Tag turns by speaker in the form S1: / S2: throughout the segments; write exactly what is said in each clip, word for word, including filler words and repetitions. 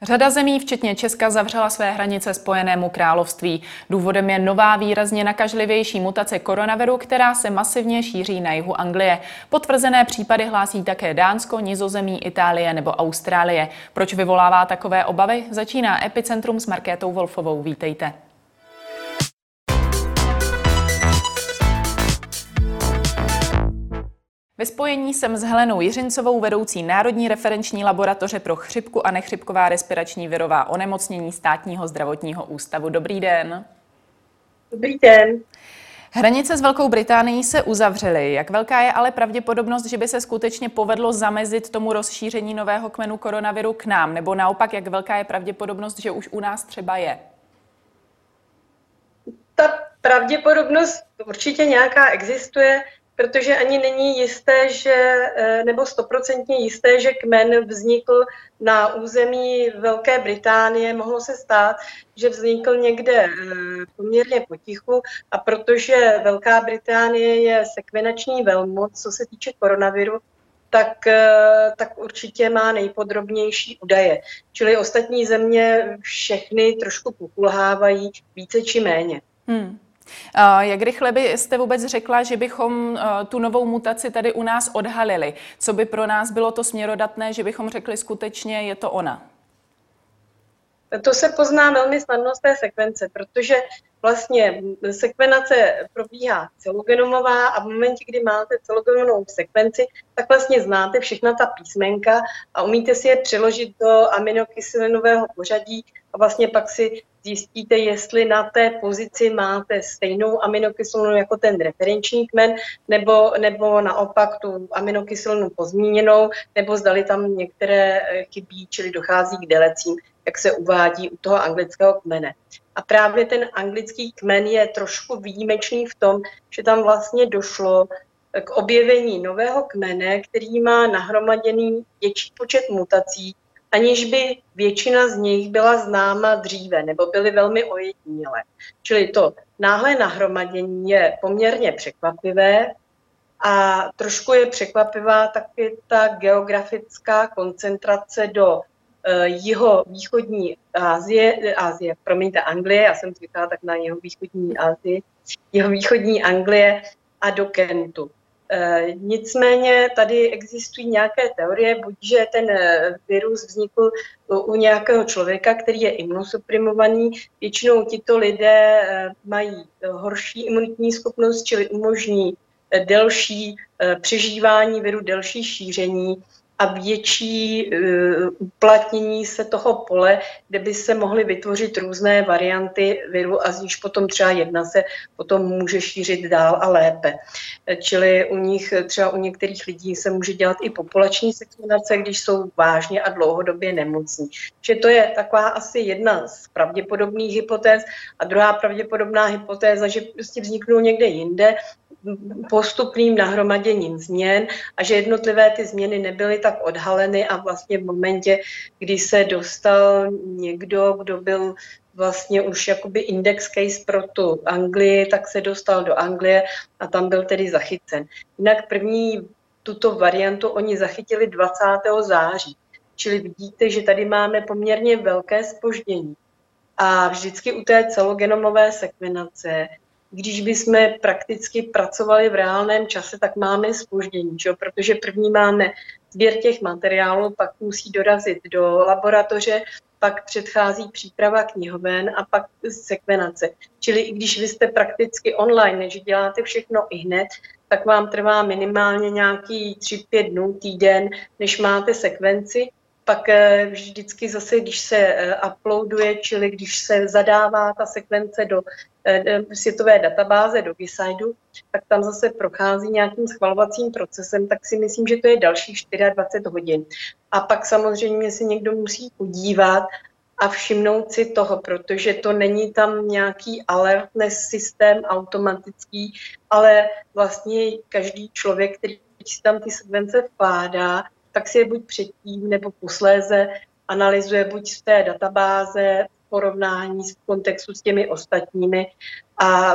S1: Řada zemí, včetně Česka, zavřela své hranice Spojenému království. Důvodem je nová výrazně nakažlivější mutace koronaviru, která se masivně šíří na jihu Anglie. Potvrzené případy hlásí také Dánsko, Nizozemí, Itálie nebo Austrálie. Proč vyvolává takové obavy? Začíná Epicentrum s Markétou Wolfovou. Vítejte. Ve spojení jsem s Helenou Jiřincovou, vedoucí Národní referenční laboratoře pro chřipku a nechřipková respirační virová onemocnění Státního zdravotního ústavu. Dobrý den.
S2: Dobrý den.
S1: Hranice s Velkou Británií se uzavřely. Jak velká je ale pravděpodobnost, že by se skutečně povedlo zamezit tomu rozšíření nového kmenu koronaviru k nám? Nebo naopak, jak velká je pravděpodobnost, že už u nás třeba je?
S2: Ta pravděpodobnost určitě nějaká existuje, protože ani není jisté, že, nebo stoprocentně jisté, že kmen vznikl na území Velké Británie. Mohlo se stát, že vznikl někde poměrně potichu, a protože Velká Británie je sekvenační velmoc, co se týče koronaviru, tak, tak určitě má nejpodrobnější údaje. Čili ostatní země všechny trošku pokulhávají více či méně. Hmm.
S1: Jak rychle byste vůbec řekla, že bychom tu novou mutaci tady u nás odhalili? Co by pro nás bylo to směrodatné, že bychom řekli skutečně je to ona?
S2: To se pozná velmi snadno z té sekvence, protože vlastně sekvenace probíhá celogenomová a v momentě, kdy máte celogenomovou sekvenci, tak vlastně znáte všechna ta písmenka a umíte si je přeložit do aminokysellinového pořadí a vlastně pak si zjistíte, jestli na té pozici máte stejnou aminokyselinu jako ten referenční kmen, nebo, nebo naopak tu aminokyselinu pozměněnou, nebo zdali tam některé chybí, čili dochází k delecím, jak se uvádí u toho anglického kmene. A právě ten anglický kmen je trošku výjimečný v tom, že tam vlastně došlo k objevení nového kmene, který má nahromaděný větší počet mutací, aniž by většina z nich byla známa dříve nebo byly velmi ojedinělé. Čili to náhlé nahromadění je poměrně překvapivé a trošku je překvapivá taky ta geografická koncentrace do jihovýchodní Asie, Asie, promiňte, Anglie, já jsem říkala tak na jihovýchodní Asii, jihovýchodní Anglie a do Kentu. E, nicméně tady existují nějaké teorie, buď že ten virus vznikl u nějakého člověka, který je imunosuprimovaný. Většinou tito lidé mají horší imunitní schopnost, čili umožní delší přežívání viru, delší šíření a větší uh, uplatnění se toho pole, kde by se mohly vytvořit různé varianty viru a z níž potom třeba jedna se potom může šířit dál a lépe. Čili u nich, třeba u některých lidí se může dělat i populační sekvenace, když jsou vážně a dlouhodobě nemocní. Že to je taková asi jedna z pravděpodobných hypotéz a druhá pravděpodobná hypotéza, že prostě vzniknou někde jinde postupným nahromaděním změn a že jednotlivé ty změny nebyly tak odhaleny a vlastně v momentě, kdy se dostal někdo, kdo byl vlastně už jakoby index case pro tu Anglii, tak se dostal do Anglie a tam byl tedy zachycen. Jinak první tuto variantu oni zachytili dvacátého září, čili vidíte, že tady máme poměrně velké zpoždění. A vždycky u té celogenomové sekvenace, když bychom prakticky pracovali v reálném čase, tak máme zpoždění, čo? Protože první máme sběr těch materiálů, pak musí dorazit do laboratoře, pak předchází příprava knihoven a pak sekvenace. Čili i když vy jste prakticky online, než děláte všechno i hned, tak vám trvá minimálně nějaký tři pět dnů, týden, než máte sekvenci. Pak vždycky zase, když se uploaduje, čili když se zadává ta sekvence do světové databáze, do Gisidu, tak tam zase prochází nějakým schvalovacím procesem, tak si myslím, že to je dalších dvacet čtyři hodin. A pak samozřejmě si někdo musí podívat a všimnout si toho, protože to není tam nějaký alertness systém automatický, ale vlastně každý člověk, který si tam ty sekvence vkládá, tak si je buď předtím nebo posléze analyzuje buď z té databáze v porovnání v kontextu s těmi ostatními a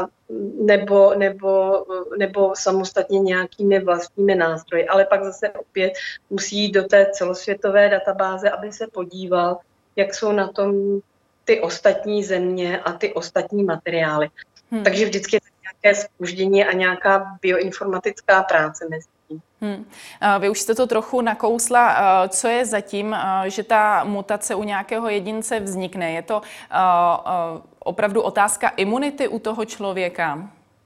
S2: nebo, nebo, nebo samostatně nějakými vlastními nástroji. Ale pak zase opět musí jít do té celosvětové databáze, aby se podíval, jak jsou na tom ty ostatní země a ty ostatní materiály. Hmm. Takže vždycky je nějaké zpoždění a nějaká bioinformatická práce mezi tím.
S1: Hmm. Vy už jste to trochu nakousla. Co je zatím, že ta mutace u nějakého jedince vznikne? Je to opravdu otázka imunity u toho člověka?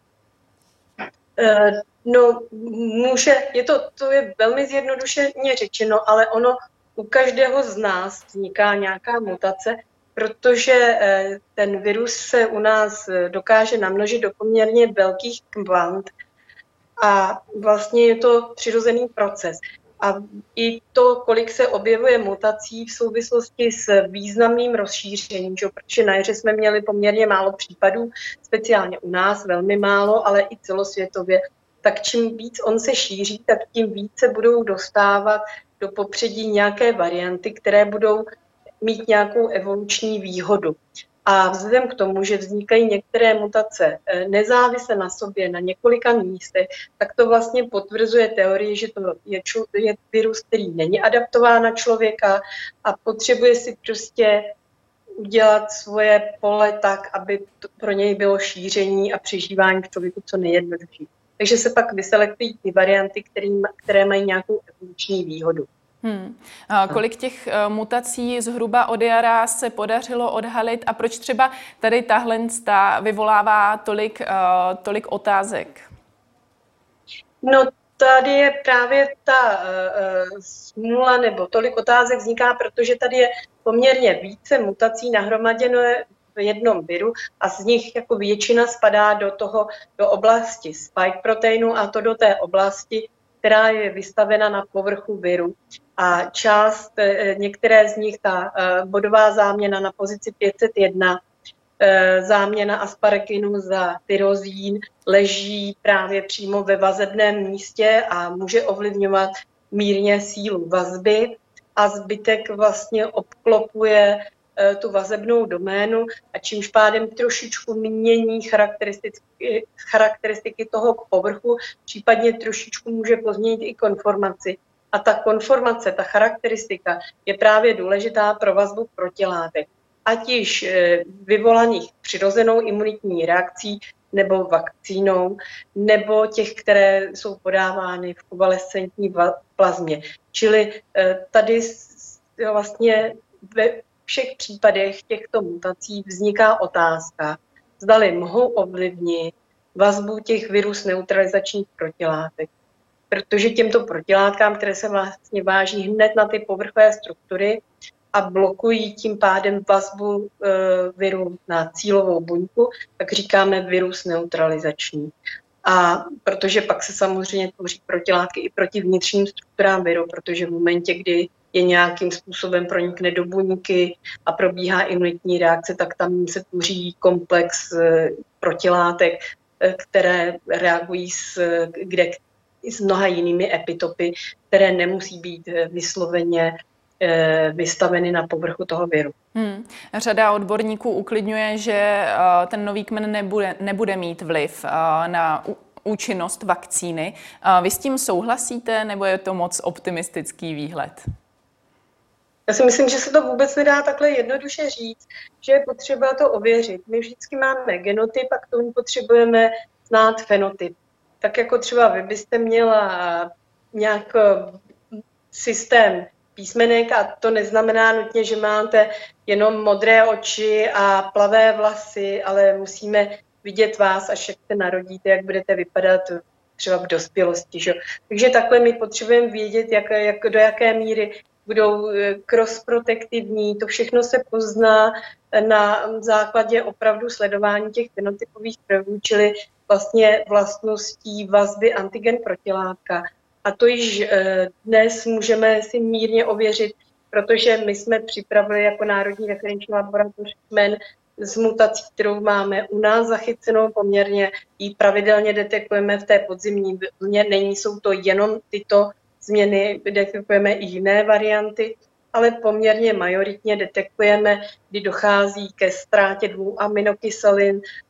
S2: No, může, je to, to je velmi zjednodušeně řečeno, ale ono u každého z nás vzniká nějaká mutace, protože ten virus se u nás dokáže namnožit do poměrně velkých kvant a vlastně je to přirozený proces. A i to, kolik se objevuje mutací v souvislosti s významným rozšířením, že? Protože na jaře jsme měli poměrně málo případů, speciálně u nás velmi málo, ale i celosvětově, tak čím víc on se šíří, tak tím více budou dostávat do popředí nějaké varianty, které budou mít nějakou evoluční výhodu. A vzhledem k tomu, že vznikají některé mutace nezávisle na sobě na několika místech, tak to vlastně potvrzuje teorii, že to je, je virus, který není adaptován na člověka a potřebuje si prostě udělat svoje pole tak, aby to pro něj bylo šíření a přežívání v člověku co nejjednodušší. Takže se pak vyselektují ty varianty, který, které mají nějakou evoluční výhodu.
S1: Hmm. A kolik těch mutací zhruba od jara se podařilo odhalit a proč třeba tady tahle vyvolává tolik, uh, tolik otázek?
S2: No tady je právě ta uh, smůla, nebo tolik otázek vzniká, protože tady je poměrně více mutací nahromaděno v jednom viru a z nich jako většina spadá do toho, do oblasti spike proteinu a to do té oblasti, která je vystavena na povrchu viru. A část, některé z nich, ta bodová záměna na pozici pět set jedna, záměna asparaginu za tyrozín, leží právě přímo ve vazebném místě a může ovlivňovat mírně sílu vazby a zbytek vlastně obklopuje tu vazebnou doménu a čímž pádem trošičku mění charakteristiky, charakteristiky toho povrchu, případně trošičku může pozměnit i konformaci. A ta konformace, ta charakteristika je právě důležitá pro vazbu protilátek, ať již vyvolaných přirozenou imunitní reakcí nebo vakcínou, nebo těch, které jsou podávány v konvalescentní plazmě. Čili tady vlastně ve všech případech těchto mutací vzniká otázka, zdali mohou ovlivnit vazbu těch virus neutralizačních protilátek. Protože těmto protilátkám, které se vlastně váží hned na ty povrchové struktury a blokují tím pádem vazbu e, viru na cílovou buňku, tak říkáme virus neutralizační. A protože pak se samozřejmě tvoří protilátky i proti vnitřním strukturám viru, protože v momentě, kdy je nějakým způsobem pronikne do buňky a probíhá imunitní reakce, tak tam se tvoří komplex e, protilátek, e, které reagují s, kde s mnoha jinými epitopy, které nemusí být vysloveně e, vystaveny na povrchu toho viru.
S1: Hmm. Řada odborníků uklidňuje, že uh, ten nový kmen nebude, nebude mít vliv uh, na účinnost vakcíny. Uh, vy s tím souhlasíte, nebo je to moc optimistický výhled?
S2: Já si myslím, že se to vůbec nedá takhle jednoduše říct, že je potřeba to ověřit. My vždycky máme genotyp a k tomu potřebujeme znát fenotyp. Tak jako třeba vy byste měla nějak systém písmenek a to neznamená nutně, že máte jenom modré oči a plavé vlasy, ale musíme vidět vás, až jak se narodíte, jak budete vypadat třeba v dospělosti. Že? Takže takhle my potřebujeme vědět, jak, jak, do jaké míry budou cross-protektivní. To všechno se pozná na základě opravdu sledování těch fenotypových prvů, čili vlastně vlastností vazby antigen protilátka. A to již dnes můžeme si mírně ověřit, protože my jsme připravili jako Národní referenční laboratoř kmen s mutací, kterou máme u nás zachycenou poměrně, ji pravidelně detekujeme v té podzimní vlně. Není, jsou to jenom tyto změny, detekujeme i jiné varianty, ale poměrně majoritně detekujeme, kdy dochází ke ztrátě dvou aminokyselin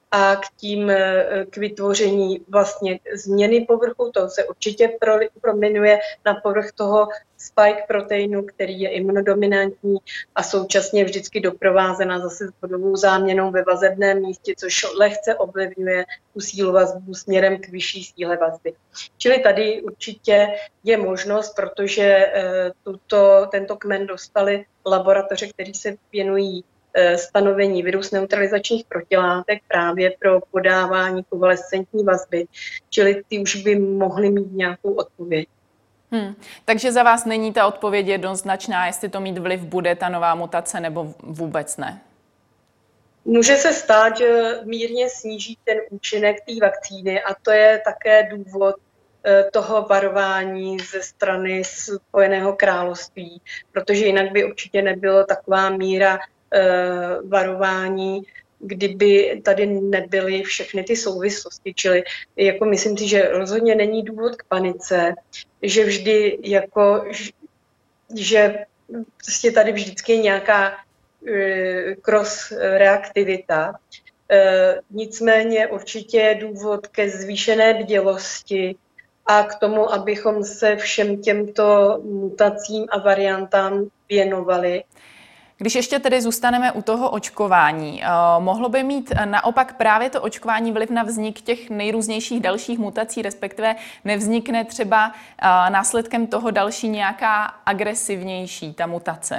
S2: a k tím k vytvoření vlastně změny povrchu. To se určitě proměňuje na povrch toho spike proteinu, který je imunodominantní a současně vždycky doprovázena zase bodovou záměnou ve vazebném místě, což lehce ovlivňuje tu sílu vazbu směrem k vyšší síle vazby. Čili tady určitě je možnost, protože tuto, tento kmen dostali laboratoře, které se věnují stanovení virus neutralizačních protilátek právě pro podávání konvalescentní vazby, čili ty už by mohly mít nějakou odpověď.
S1: Hmm. Takže za vás není ta odpověď jednoznačná, jestli to mít vliv bude ta nová mutace nebo vůbec ne?
S2: Může se stát, že mírně sníží ten účinek té vakcíny a to je také důvod toho varování ze strany Spojeného království, protože jinak by určitě nebylo taková míra varování, kdyby tady nebyly všechny ty souvislosti. Čili jako myslím si, že rozhodně není důvod k panice, že vždy jako, že prostě tady vždycky je nějaká cross reaktivita. Nicméně určitě je důvod ke zvýšené bdělosti a k tomu, abychom se všem těmto mutacím a variantám věnovali.
S1: Když ještě tedy zůstaneme u toho očkování, mohlo by mít naopak právě to očkování vliv na vznik těch nejrůznějších dalších mutací, respektive nevznikne třeba následkem toho další nějaká agresivnější ta mutace?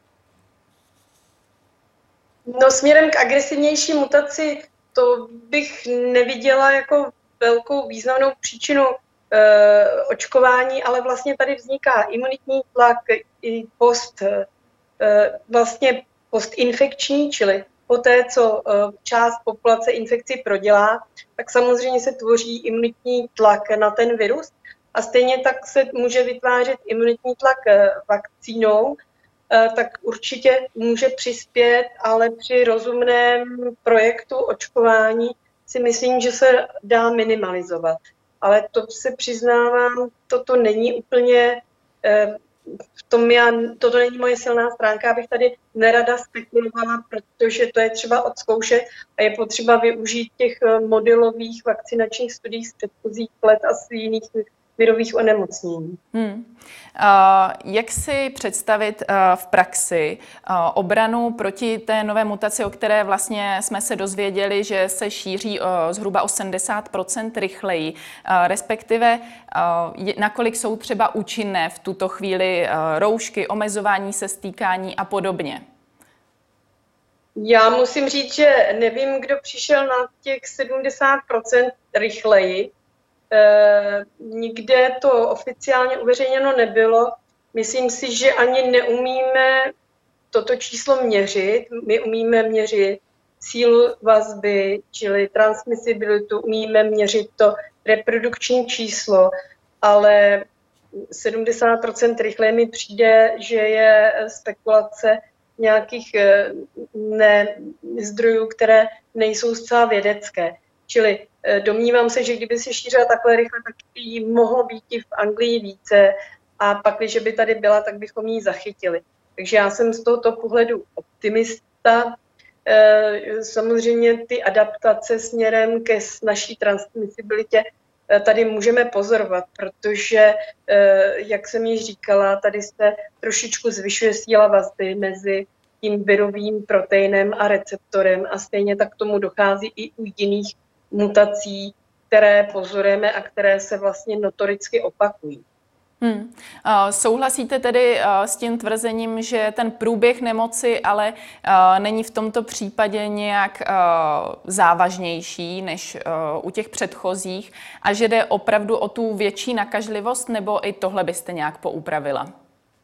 S2: No směrem k agresivnější mutaci to bych neviděla jako velkou významnou příčinu e, očkování, ale vlastně tady vzniká imunitní tlak i post vlastně postinfekční, čili po té, co část populace infekci prodělá, tak samozřejmě se tvoří imunitní tlak na ten virus a stejně tak se může vytvářet imunitní tlak vakcínou, tak určitě může přispět, ale při rozumném projektu očkování si myslím, že se dá minimalizovat. Ale to se přiznávám, toto není úplně v tom já, toto není moje silná stránka, abych tady nerada spekulovala, protože to je třeba odzkoušet a je potřeba využít těch modelových vakcinačních studií z předchozích let a z jiných virových onemocnění.
S1: Hmm. Uh, jak si představit uh, v praxi uh, obranu proti té nové mutaci, o které vlastně jsme se dozvěděli, že se šíří uh, zhruba o sedmdesát procent rychleji, uh, respektive uh, je, nakolik jsou třeba účinné v tuto chvíli uh, roušky, omezování se stýkání a podobně?
S2: Já musím říct, že nevím, kdo přišel na těch sedmdesát procent rychleji. E, nikde to oficiálně uveřejněno nebylo. Myslím si, že ani neumíme toto číslo měřit. My umíme měřit sílu vazby, čili transmisibilitu, umíme měřit to reprodukční číslo, ale sedmdesát procent rychleji mi přijde, že je spekulace nějakých ne, zdrojů, které nejsou zcela vědecké. Čili domnívám se, že kdyby se šířila takhle rychle, tak jí mohlo být i v Anglii více a pak, když by tady byla, tak bychom ji zachytili. Takže já jsem z tohoto pohledu optimista. Samozřejmě ty adaptace směrem ke naší transmisibilitě tady můžeme pozorovat, protože, jak jsem již říkala, tady se trošičku zvyšuje síla vazby mezi tím virovým proteinem a receptorem a stejně tak k tomu dochází i u jiných mutací, které pozorujeme a které se vlastně notoricky opakují.
S1: Hmm. Uh, souhlasíte tedy uh, s tím tvrzením, že ten průběh nemoci ale uh, není v tomto případě nějak uh, závažnější než uh, u těch předchozích a že jde opravdu o tu větší nakažlivost, nebo i tohle byste nějak poupravila?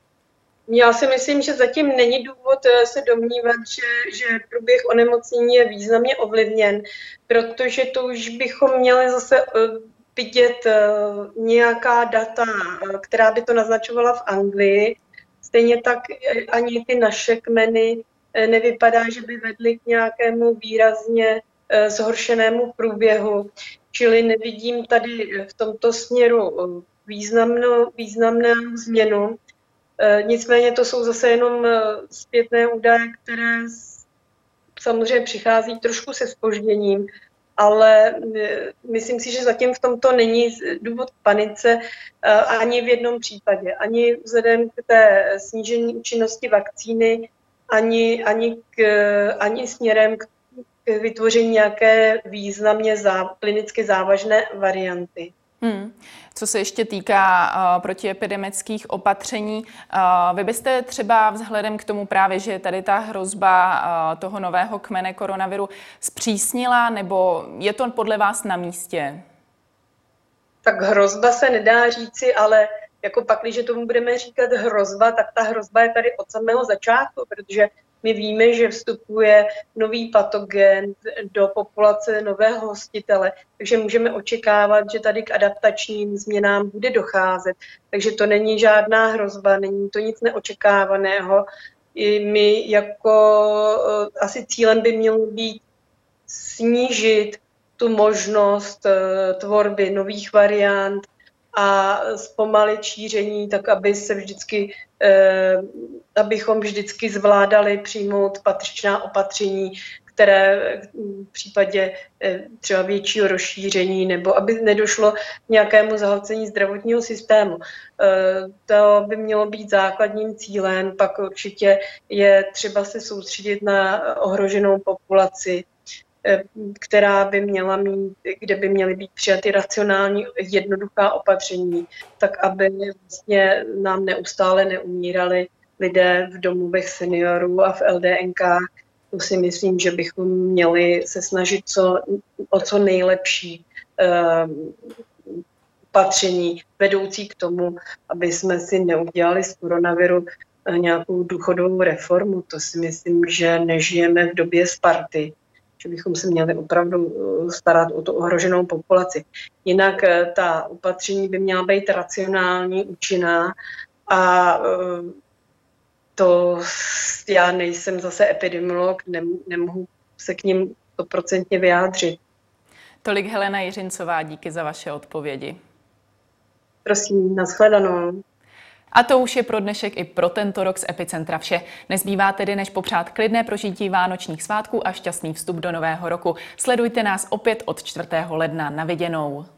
S2: Já si myslím, že zatím není důvod se domnívat, že, že průběh onemocnění je významně ovlivněn, protože to už bychom měli zase vidět nějaká data, která by to naznačovala v Anglii. Stejně tak ani ty naše kmeny nevypadá, že by vedly k nějakému výrazně zhoršenému průběhu. Čili nevidím tady v tomto směru významnou, významnou změnu. Nicméně to jsou zase jenom zpětné údaje, které samozřejmě přichází trošku se zpožděním, ale myslím si, že zatím v tomto není důvod k panice ani v jednom případě. Ani vzhledem k té snížení účinnosti vakcíny, ani, ani, k, ani směrem k, k vytvoření nějaké významně zá, klinicky závažné varianty.
S1: Hmm. Co se ještě týká uh, protiepidemických opatření, uh, vy byste třeba vzhledem k tomu právě, že tady ta hrozba uh, toho nového kmene koronaviru zpřísnila, nebo je to podle vás na místě?
S2: Tak hrozba se nedá říci, ale jako pak, když tomu budeme říkat hrozba, tak ta hrozba je tady od samého začátku, protože my víme, že vstupuje nový patogen do populace nového hostitele, takže můžeme očekávat, že tady k adaptačním změnám bude docházet. Takže to není žádná hrozba, není to nic neočekávaného. I my jako asi cílem by mělo být snížit tu možnost tvorby nových variant a zpomalit šíření, tak aby se vždycky, eh, abychom vždycky zvládali přijmout patřičná opatření, které v případě eh, třeba většího rozšíření nebo aby nedošlo k nějakému zahlcení zdravotního systému. Eh, to by mělo být základním cílem, pak určitě je třeba se soustředit na ohroženou populaci, která by měla mít, kde by měly být přijaty racionální, jednoduchá opatření, tak aby vlastně nám neustále neumírali lidé v domovech seniorů a v el dé en ká. To si myslím, že bychom měli se snažit co, o co nejlepší um, opatření vedoucí k tomu, aby jsme si neudělali z koronaviru nějakou důchodovou reformu. To si myslím, že nežijeme v době Sparty, že bychom se měli opravdu starat o tu ohroženou populaci. Jinak ta opatření by měla být racionální, účinná a to já nejsem zase epidemiolog, nemohu se k nim stoprocentně vyjádřit.
S1: Tolik Helena Jiřincová, díky za vaše odpovědi.
S2: Prosím, nashledanou.
S1: A to už je pro dnešek i pro tento rok z Epicentra vše. Nezbývá tedy, než popřát klidné prožití vánočních svátků a šťastný vstup do nového roku. Sledujte nás opět od čtvrtého ledna. Na viděnou.